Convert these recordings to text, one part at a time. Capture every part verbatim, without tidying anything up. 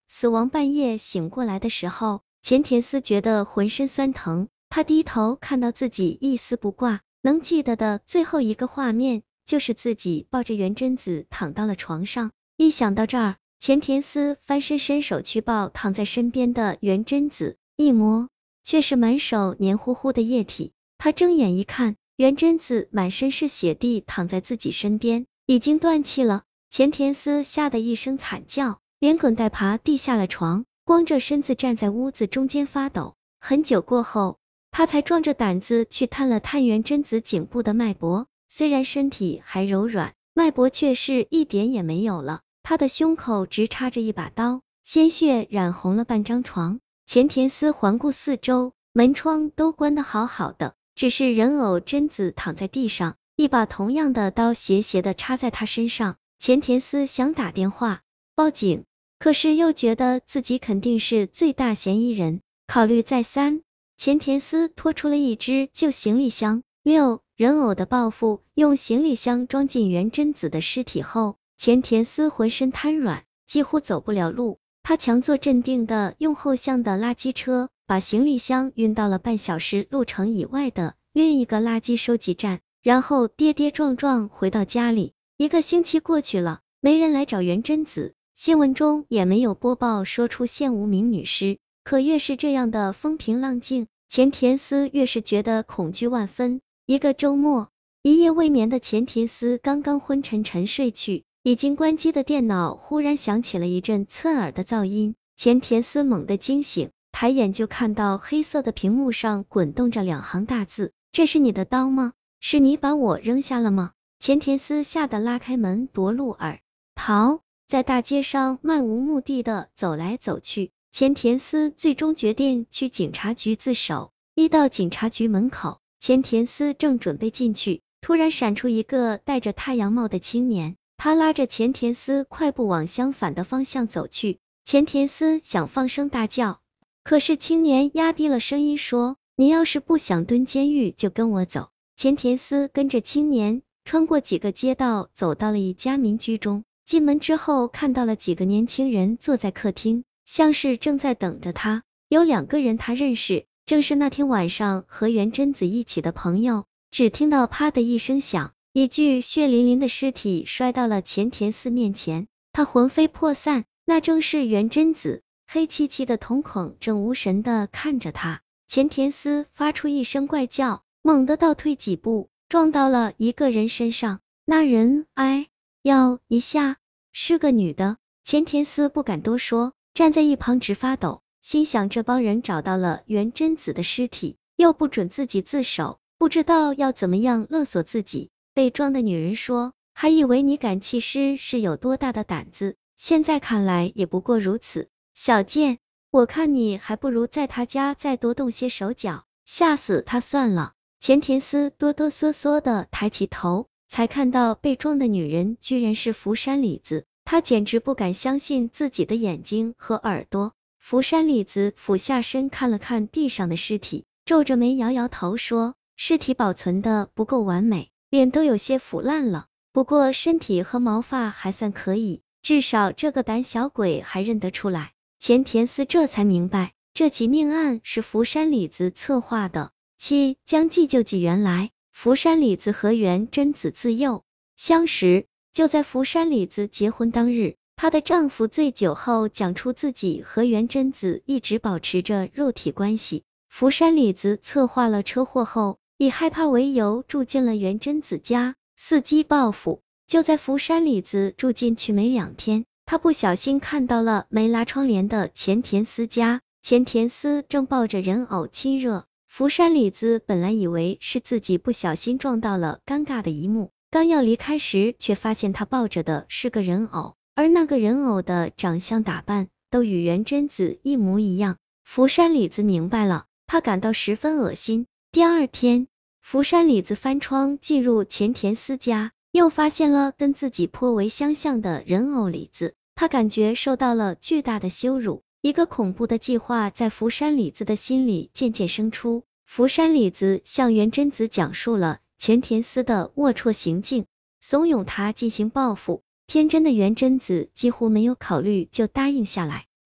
死亡半夜醒过来的时候，钱田思觉得浑身酸疼，他低头看到自己一丝不挂，能记得的最后一个画面就是自己抱着元贞子躺到了床上。一想到这儿，钱田思翻身伸手去抱躺在身边的元贞子，一摸却是满手黏糊糊的液体。他睁眼一看，元贞子满身是血地躺在自己身边，已经断气了。钱田思吓得一声惨叫，连滚带爬地下了床，光着身子站在屋子中间发抖。很久过后，他才壮着胆子去探了探元贞子颈部的脉搏，虽然身体还柔软，脉搏却是一点也没有了。他的胸口直插着一把刀，鲜血染红了半张床。钱田思环顾四周，门窗都关得好好的，只是人偶贞子躺在地上，一把同样的刀斜斜的插在他身上。钱田思想打电话报警，可是又觉得自己肯定是最大嫌疑人，考虑再三，钱田思拖出了一只旧行李箱。六人偶的报复，用行李箱装进元贞子的尸体后，钱田思浑身瘫软，几乎走不了路。他强作镇定的用后巷的垃圾车把行李箱运到了半小时路程以外的另一个垃圾收集站，然后跌跌撞撞回到家里。一个星期过去了，没人来找元贞子，新闻中也没有播报说出现无名女尸。可越是这样的风平浪静，钱田思越是觉得恐惧万分。一个周末，一夜未眠的钱田思刚刚昏沉沉睡去，已经关机的电脑忽然响起了一阵刺耳的噪音。钱田思猛地惊醒，抬眼就看到黑色的屏幕上滚动着两行大字：这是你的刀吗？是你把我扔下了吗？钱田思吓得拉开门夺路而逃，在大街上漫无目的的走来走去。钱田思最终决定去警察局自首。一到警察局门口，钱田思正准备进去，突然闪出一个戴着太阳帽的青年，他拉着钱田思快步往相反的方向走去。钱田思想放声大叫，可是青年压低了声音说：你要是不想蹲监狱就跟我走。钱田思跟着青年穿过几个街道，走到了一家民居中。进门之后，看到了几个年轻人坐在客厅，像是正在等着他。有两个人他认识，正是那天晚上和元贞子一起的朋友。只听到啪的一声响，一具血淋淋的尸体摔到了钱田思面前，他魂飞魄散，那正是元贞子，黑漆漆的瞳孔正无神的看着他。钱田思发出一声怪叫，猛地倒退几步，撞到了一个人身上，那人哎要一下是个女的。钱田思不敢多说，站在一旁直发抖，心想这帮人找到了元贞子的尸体，又不准自己自首，不知道要怎么样勒索自己。被撞的女人说，还以为你敢弃尸是有多大的胆子，现在看来也不过如此。小贱，我看你还不如在他家再多动些手脚，吓死他算了。钱田思哆哆嗦嗦的抬起头，才看到被撞的女人居然是福山里子，他简直不敢相信自己的眼睛和耳朵。福山里子俯下身看了看地上的尸体，皱着眉摇摇头说，尸体保存的不够完美，脸都有些腐烂了，不过身体和毛发还算可以，至少这个胆小鬼还认得出来。钱田思这才明白，这起命案是福山里子策划的。七将计就计，原来福山里子和元贞子自幼相识，就在福山里子结婚当日，她的丈夫醉酒后讲出自己和元贞子一直保持着肉体关系。福山里子策划了车祸后，以害怕为由住进了元贞子家，伺机报复。就在福山里子住进去没两天，他不小心看到了没拉窗帘的钱田思家，钱田思正抱着人偶亲热。福山里子本来以为是自己不小心撞到了尴尬的一幕，刚要离开时，却发现他抱着的是个人偶，而那个人偶的长相打扮都与元贞子一模一样。福山里子明白了，他感到十分恶心。第二天，福山里子翻窗进入钱田思家，又发现了跟自己颇为相像的人偶里子，他感觉受到了巨大的羞辱。一个恐怖的计划在福山里子的心里渐渐生出。福山里子向元贞子讲述了钱田思的龌龊行径，怂恿他进行报复。天真的元贞子几乎没有考虑就答应下来，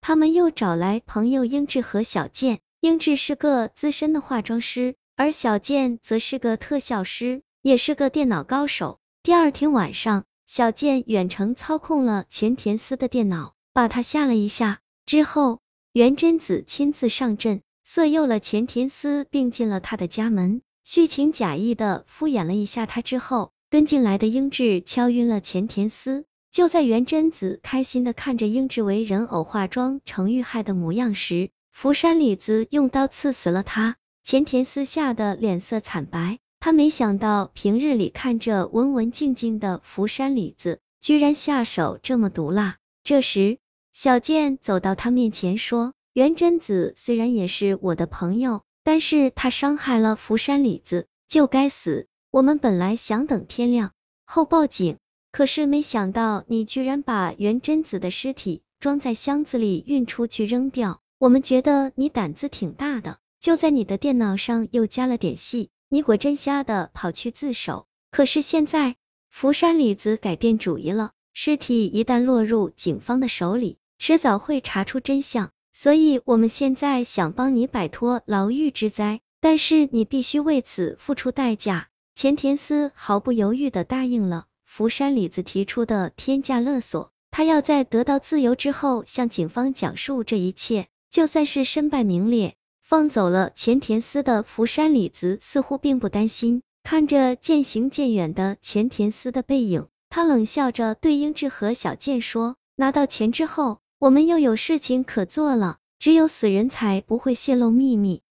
他们又找来朋友英智和小健。英智是个资深的化妆师，而小健则是个特效师，也是个电脑高手。第二天晚上，小健远程操控了钱田思的电脑，把他吓了一下。之后，原真子亲自上阵，色诱了钱田思，并进了他的家门，虚情假意的敷衍了一下他之后，跟进来的英智敲晕了钱田思。就在原真子开心的看着英智为人偶化妆成遇害的模样时，福山里子用刀刺死了他。钱田思吓得脸色惨白，他没想到平日里看着文文静静的福山里子，居然下手这么毒辣。这时，小健走到他面前说，原真子虽然也是我的朋友，但是他伤害了福山里子，就该死。我们本来想等天亮后报警，可是没想到你居然把原真子的尸体装在箱子里运出去扔掉，我们觉得你胆子挺大的，就在你的电脑上又加了点戏，你果真瞎的跑去自首。可是现在福山里子改变主意了，尸体一旦落入警方的手里，迟早会查出真相，所以我们现在想帮你摆脱牢狱之灾，但是你必须为此付出代价。钱田思毫不犹豫的答应了福山里子提出的天价勒索，他要在得到自由之后向警方讲述这一切，就算是身败名裂。放走了钱田思的福山里子似乎并不担心，看着渐行渐远的钱田思的背影，他冷笑着对英智和小健说，拿到钱之后，我们又有事情可做了，只有死人才不会泄露秘密，